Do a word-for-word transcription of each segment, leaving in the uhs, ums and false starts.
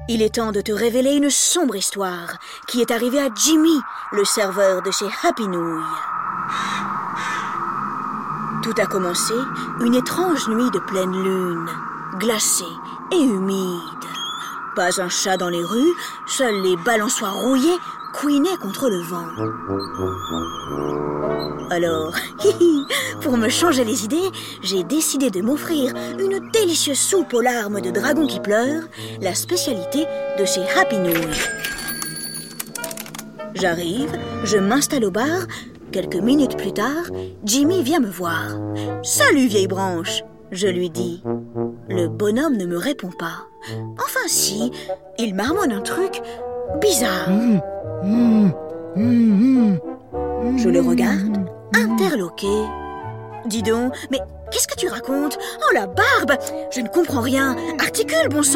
Il est temps de te révéler une sombre histoire qui est arrivée à Jimmy, le serveur de chez Happy Nouille. Tout a commencé une étrange nuit de pleine lune, glacée et humide. Pas un chat dans les rues, seuls les balançoires rouillés couinaient contre le vent. Alors, pour me changer les idées, j'ai décidé de m'offrir une délicieuse soupe aux larmes de dragon qui pleure, la spécialité de chez Happy Nouille. J'arrive, je m'installe au bar. Quelques minutes plus tard, Jimmy vient me voir. « Salut, vieille branche !» je lui dis. Le bonhomme ne me répond pas. Enfin si, il marmonne un truc bizarre. Mmh, mmh, mmh, mmh, je le regarde, interloqué. « Dis donc, mais qu'est-ce que tu racontes? Oh, la barbe! Je ne comprends rien. Articule, bon sang !»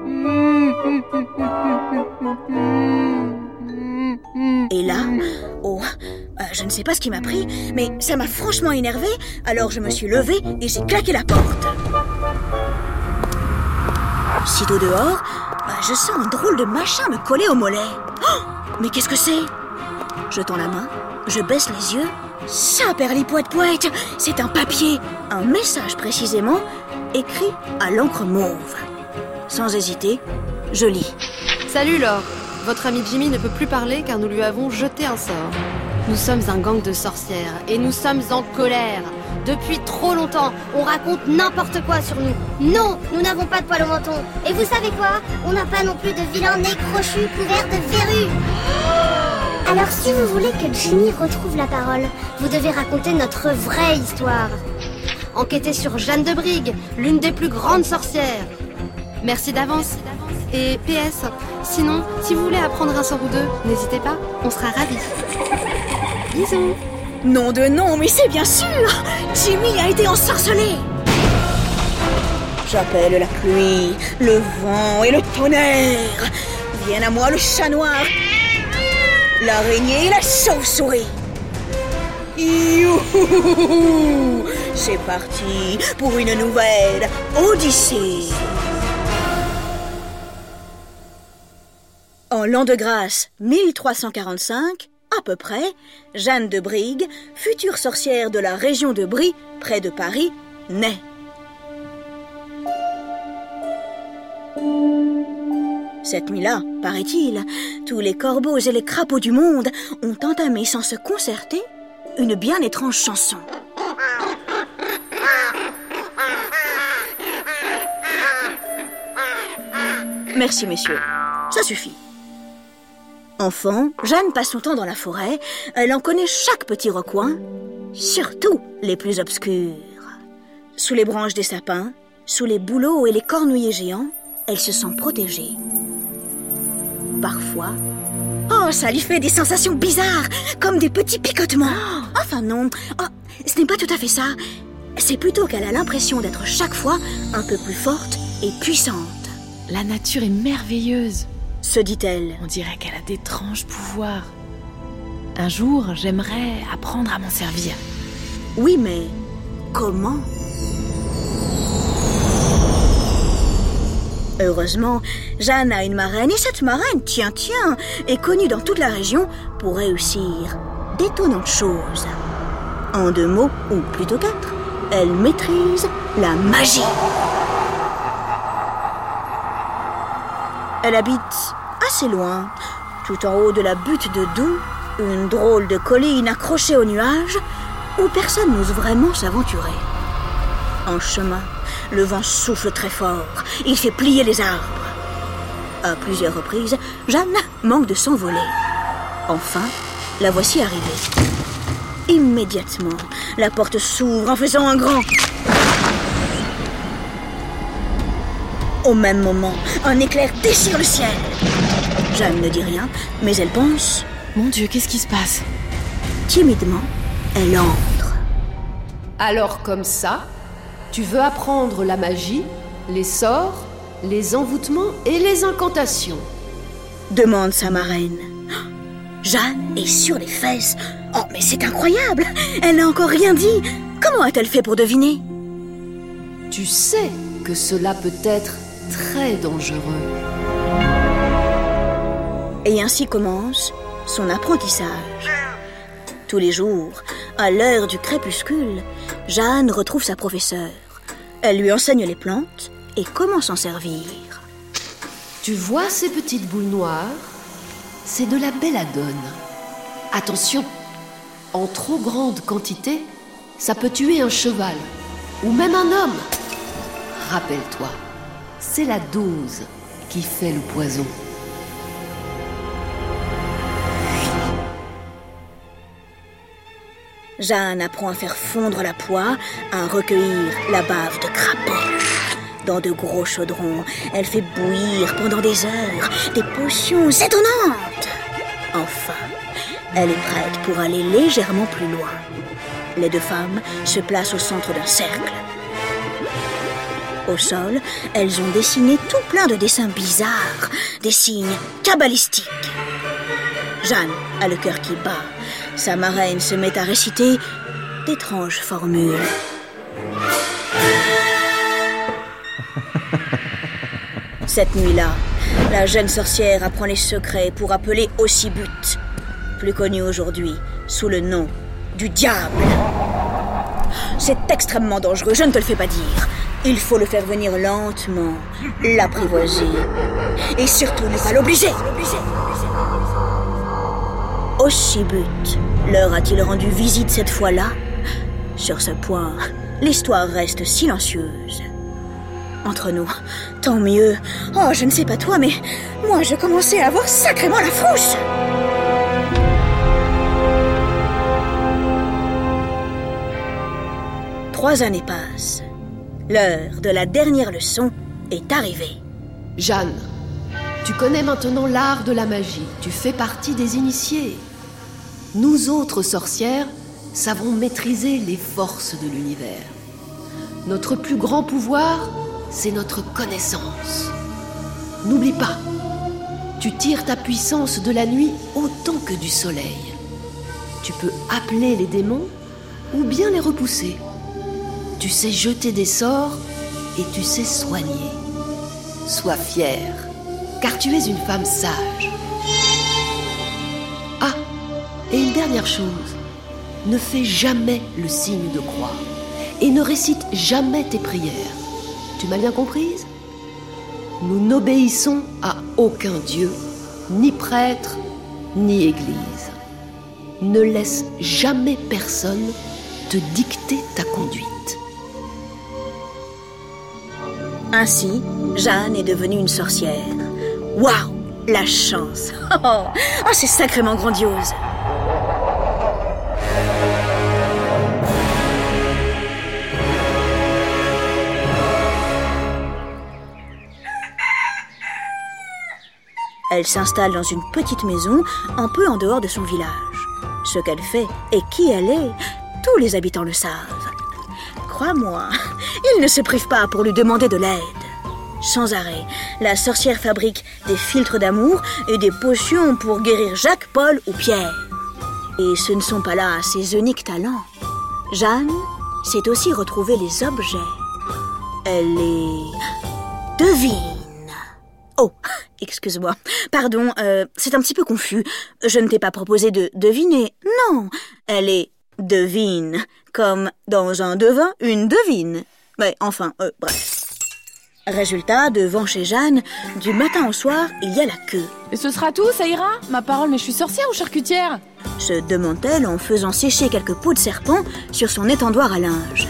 Et là, oh, euh, je ne sais pas ce qui m'a pris, mais ça m'a franchement énervée, alors je me suis levée et j'ai claqué la porte. Sitôt dehors, euh, je sens un drôle de machin me coller au mollet. Oh, mais qu'est-ce que c'est? Je tends la main, je baisse les yeux. Ça, perlipoète-poète, c'est un papier, un message précisément, écrit à l'encre mauve. Sans hésiter, je lis. Salut Laure. Votre ami Jimmy ne peut plus parler car nous lui avons jeté un sort. Nous sommes un gang de sorcières et nous sommes en colère. Depuis trop longtemps, on raconte n'importe quoi sur nous. Non, nous n'avons pas de poils au menton. Et vous savez quoi? On n'a pas non plus de vilains nez crochus couverts de verrues. Alors si vous voulez que Jimmy retrouve la parole, vous devez raconter notre vraie histoire. Enquêtez sur Jeanne de Brigue, l'une des plus grandes sorcières. Merci d'avance. Et P S, sinon, si vous voulez apprendre un sort ou deux, n'hésitez pas, on sera ravis. Bisous. Nom de nom, mais c'est bien sûr! Jimmy a été ensorcelé! J'appelle la pluie, le vent et le tonnerre. Viennent à moi le chat noir, l'araignée et la chauve-souris. Youhou! C'est parti pour une nouvelle odyssée. En l'an de grâce mille trois cent quarante-cinq, à peu près, Jeanne de Brigue, future sorcière de la région de Brie, près de Paris, naît. Cette nuit-là, paraît-il, tous les corbeaux et les crapauds du monde ont entamé sans se concerter une bien étrange chanson. Merci, messieurs. Ça suffit. Enfant, Jeanne passe son temps dans la forêt. Elle en connaît chaque petit recoin, surtout les plus obscurs. Sous les branches des sapins, sous les bouleaux et les cornouillers géants, elle se sent protégée. Parfois, oh, ça lui fait des sensations bizarres, comme des petits picotements. Enfin non, oh, ce n'est pas tout à fait ça. C'est plutôt qu'elle a l'impression d'être chaque fois un peu plus forte et puissante. La nature est merveilleuse, se dit-elle. On dirait qu'elle a d'étranges pouvoirs. Un jour, j'aimerais apprendre à m'en servir. Oui, mais comment? Heureusement, Jeanne a une marraine et cette marraine, tiens, tiens, est connue dans toute la région pour réussir d'étonnantes choses. En deux mots, ou plutôt quatre, elle maîtrise la magie. Elle habite assez loin, tout en haut de la butte de Doux, une drôle de colline accrochée aux nuages où personne n'ose vraiment s'aventurer. En chemin, le vent souffle très fort, il fait plier les arbres. À plusieurs reprises, Jeanne manque de s'envoler. Enfin, la voici arrivée. Immédiatement, la porte s'ouvre en faisant un grand... Au même moment, un éclair déchire le ciel. Jeanne ne dit rien, mais elle pense... Mon Dieu, qu'est-ce qui se passe? Timidement, elle entre. Alors comme ça, tu veux apprendre la magie, les sorts, les envoûtements et les incantations? Demande sa marraine. Jeanne est sur les fesses. Oh, mais c'est incroyable! Elle n'a encore rien dit. Comment a-t-elle fait pour deviner? Tu sais que cela peut être très dangereux. Et ainsi commence son apprentissage. Tous les jours, à l'heure du crépuscule, Jeanne retrouve sa professeure. Elle lui enseigne les plantes et comment s'en servir. Tu vois ces petites boules noires? C'est de la belladone. Attention, en trop grande quantité, ça peut tuer un cheval ou même un homme. Rappelle-toi, c'est la dose qui fait le poison. Jeanne apprend à faire fondre la poix, à recueillir la bave de crapaud. Dans de gros chaudrons, elle fait bouillir pendant des heures des potions étonnantes. Enfin, elle est prête pour aller légèrement plus loin. Les deux femmes se placent au centre d'un cercle. Au sol, elles ont dessiné tout plein de dessins bizarres, des signes cabalistiques. Jeanne a le cœur qui bat. Sa marraine se met à réciter d'étranges formules. Cette nuit-là, la jeune sorcière apprend les secrets pour appeler Ossibut, plus connu aujourd'hui sous le nom du diable. C'est extrêmement dangereux, je ne te le fais pas dire. Il faut le faire venir lentement, l'apprivoiser, et surtout ne pas l'obliger. Ossibut leur a-t-il rendu visite cette fois-là? Sur ce point, l'histoire reste silencieuse. Entre nous, tant mieux. Oh, je ne sais pas toi, mais moi, je commençais à avoir sacrément la frousse. Trois années passent. L'heure de la dernière leçon est arrivée. Jeanne, tu connais maintenant l'art de la magie. Tu fais partie des initiés. Nous autres sorcières savons maîtriser les forces de l'univers. Notre plus grand pouvoir, c'est notre connaissance. N'oublie pas, tu tires ta puissance de la nuit autant que du soleil. Tu peux appeler les démons ou bien les repousser. Tu sais jeter des sorts et tu sais soigner. Sois fière, car tu es une femme sage. Ah, et une dernière chose, ne fais jamais le signe de croix et ne récite jamais tes prières. Tu m'as bien comprise? Nous n'obéissons à aucun dieu, ni prêtre, ni église. Ne laisse jamais personne te dicter ta conduite. Ainsi, Jeanne est devenue une sorcière. Waouh, la chance! Oh, oh, c'est sacrément grandiose! Elle s'installe dans une petite maison, un peu en dehors de son village. Ce qu'elle fait et qui elle est, tous les habitants le savent. Crois-moi, ils ne se privent pas pour lui demander de l'aide. Sans arrêt, la sorcière fabrique des filtres d'amour et des potions pour guérir Jacques, Paul ou Pierre. Et ce ne sont pas là ses uniques talents. Jeanne sait aussi retrouver les objets. Elle est devine. Oh, excuse-moi. Pardon, euh, c'est un petit peu confus. Je ne t'ai pas proposé de deviner. Non, elle est devine. Comme dans un devin, une devine. Mais enfin, euh, bref. Résultat, devant chez Jeanne, du matin au soir, il y a la queue. Et ce sera tout, ça ira? Ma parole, mais je suis sorcière ou charcutière? Se demande-t-elle en faisant sécher quelques peaux de serpent sur son étendoir à linge.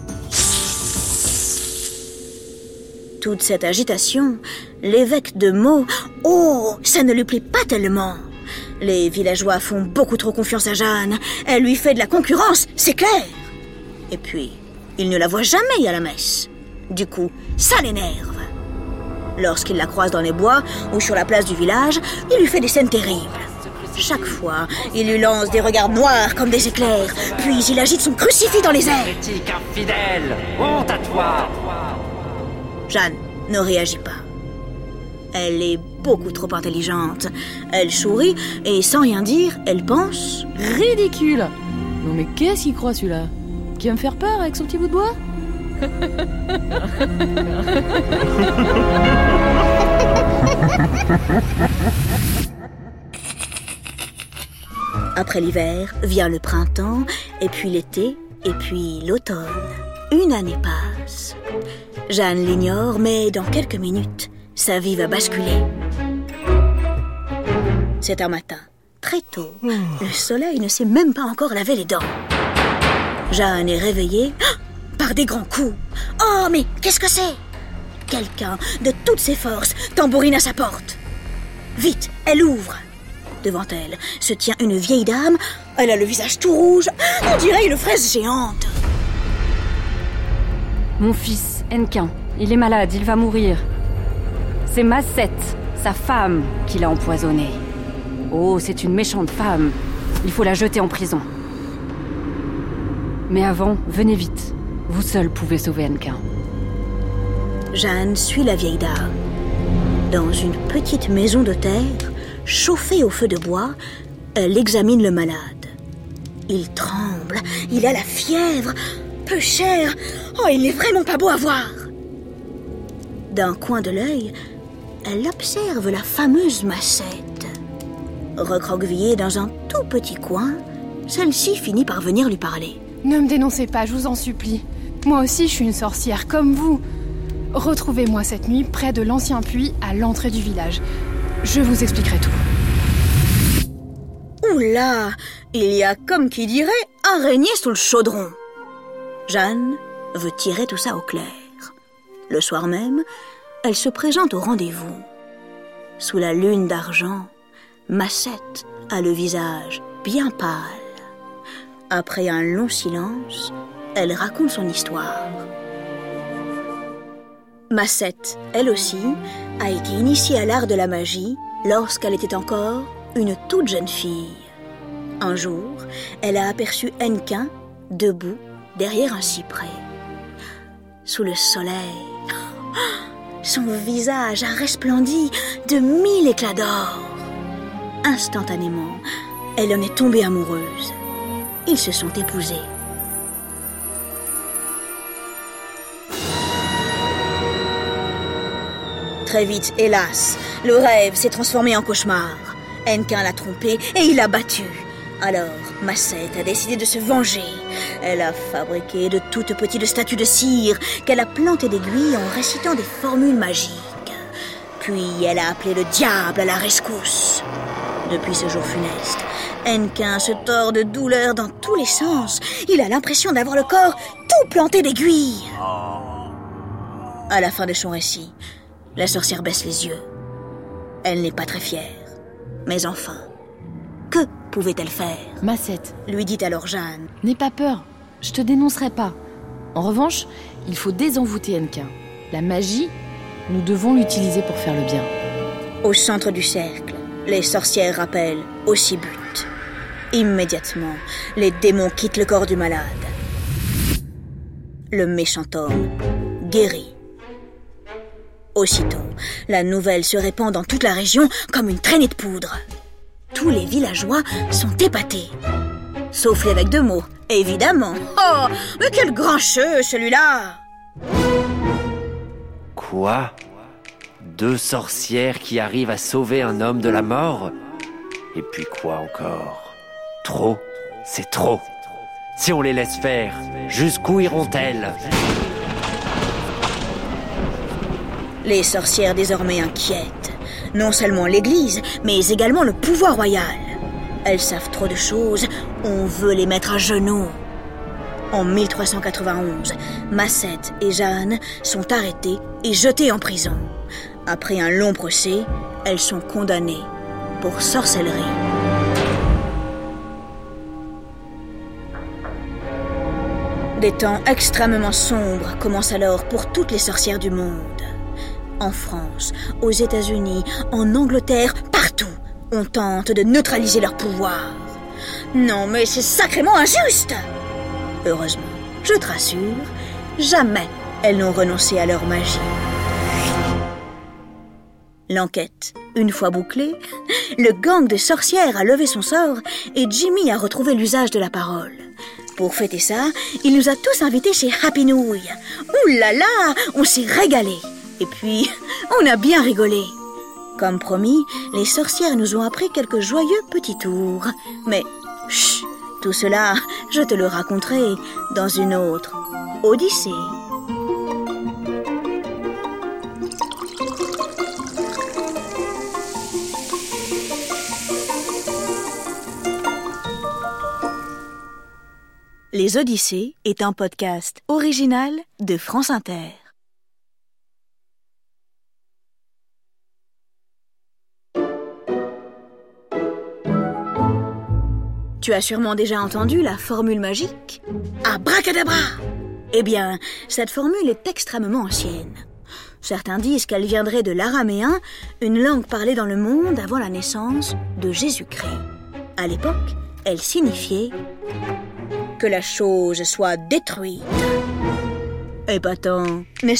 Toute cette agitation, l'évêque de Meaux, oh, ça ne lui plaît pas tellement. Les villageois font beaucoup trop confiance à Jeanne. Elle lui fait de la concurrence, c'est clair. Et puis, il ne la voit jamais à la messe. Du coup, ça l'énerve. Lorsqu'il la croise dans les bois ou sur la place du village, il lui fait des scènes terribles. Chaque fois, il lui lance des regards noirs comme des éclairs, puis il agite son crucifix dans les airs. Hérétique infidèle, honte à toi! Jeanne ne réagit pas. Elle est beaucoup trop intelligente. Elle sourit et sans rien dire, elle pense... Ridicule! Non mais qu'est-ce qu'il croit celui-là? Qui va me faire peur avec son petit bout de bois? Après l'hiver, vient le printemps, et puis l'été, et puis l'automne. Une année passe. Jeanne l'ignore, mais dans quelques minutes, sa vie va basculer. C'est un matin, très tôt. Le soleil ne s'est même pas encore lavé les dents. Jeanne est réveillée par des grands coups. Oh, mais qu'est-ce que c'est? Quelqu'un, de toutes ses forces, tambourine à sa porte. Vite, elle ouvre. Devant elle se tient une vieille dame. Elle a le visage tout rouge. On dirait une fraise géante. Mon fils, Hennequin, il est malade, il va mourir. C'est Macette, sa femme, qui l'a empoisonné. Oh, c'est une méchante femme. Il faut la jeter en prison. Mais avant, venez vite. Vous seul pouvez sauver Hennequin. Jeanne suit la vieille dame. Dans une petite maison de terre, chauffée au feu de bois, elle examine le malade. Il tremble, il a la fièvre, peu cher. Oh, il n'est vraiment pas beau à voir. D'un coin de l'œil, elle observe la fameuse Macette. Recroquevillée dans un tout petit coin, celle-ci finit par venir lui parler. Ne me dénoncez pas, je vous en supplie. Moi aussi, je suis une sorcière comme vous. Retrouvez-moi cette nuit près de l'ancien puits à l'entrée du village. Je vous expliquerai tout. Oula, il y a, comme qui dirait, araignée sous le chaudron. Jeanne veut tirer tout ça au clair. Le soir même, elle se présente au rendez-vous. Sous la lune d'argent, Macette a le visage bien pâle. Après un long silence, elle raconte son histoire. Macette, elle aussi, a été initiée à l'art de la magie lorsqu'elle était encore une toute jeune fille. Un jour, elle a aperçu Hennequin debout derrière un cyprès. Sous le soleil, son visage a resplendi de mille éclats d'or. Instantanément, elle en est tombée amoureuse. Ils se sont épousés. Très vite, hélas, le rêve s'est transformé en cauchemar. Hennequin l'a trompée et il l'a battue. Alors, Macette a décidé de se venger. Elle a fabriqué de toutes petites statues de cire qu'elle a plantées d'aiguilles en récitant des formules magiques. Puis, elle a appelé le diable à la rescousse. Depuis ce jour funeste, Hennequin se tord de douleur dans tous les sens. Il a l'impression d'avoir le corps tout planté d'aiguilles. À la fin de son récit, la sorcière baisse les yeux. Elle n'est pas très fière. Mais enfin, que pouvait-elle faire? Macette, lui dit alors Jeanne. N'aie pas peur, je te dénoncerai pas. En revanche, il faut désenvoûter Hennequin. La magie, nous devons l'utiliser pour faire le bien. Au centre du cercle, les sorcières rappellent aussi but. Immédiatement, les démons quittent le corps du malade. Le méchant homme guérit. Aussitôt, la nouvelle se répand dans toute la région comme une traînée de poudre. Tous les villageois sont épatés. Sauf l'évêque de Meaux, évidemment. Oh, mais quel grincheux, celui-là! Quoi? Deux sorcières qui arrivent à sauver un homme de la mort? Et puis quoi encore? Trop, c'est trop. Si on les laisse faire, jusqu'où iront-elles? Les sorcières désormais inquiètent. Non seulement l'Église, mais également le pouvoir royal. Elles savent trop de choses, on veut les mettre à genoux. En mille trois cent quatre-vingt-onze, Macette et Jeanne sont arrêtées et jetées en prison. Après un long procès, elles sont condamnées pour sorcellerie. Des temps extrêmement sombres commencent alors pour toutes les sorcières du monde. En France, aux États-Unis, en Angleterre, partout, on tente de neutraliser leur pouvoir. Non, mais c'est sacrément injuste! Heureusement, je te rassure, jamais elles n'ont renoncé à leur magie. L'enquête, une fois bouclée, le gang de sorcières a levé son sort et Jimmy a retrouvé l'usage de la parole. Pour fêter ça, il nous a tous invités chez Happy Nouille. Ouh là là, on s'est régalé. Et puis, on a bien rigolé. Comme promis, les sorcières nous ont appris quelques joyeux petits tours. Mais Chut, tout cela, je te le raconterai dans une autre Odyssée. Les Odyssées est un podcast original de France Inter. Tu as sûrement déjà entendu la formule magique Abracadabra! Eh bien, cette formule est extrêmement ancienne. Certains disent qu'elle viendrait de l'araméen, une langue parlée dans le monde avant la naissance de Jésus-Christ. À l'époque, elle signifiait que la chose soit détruite. Épatant, n'est-ce pas ?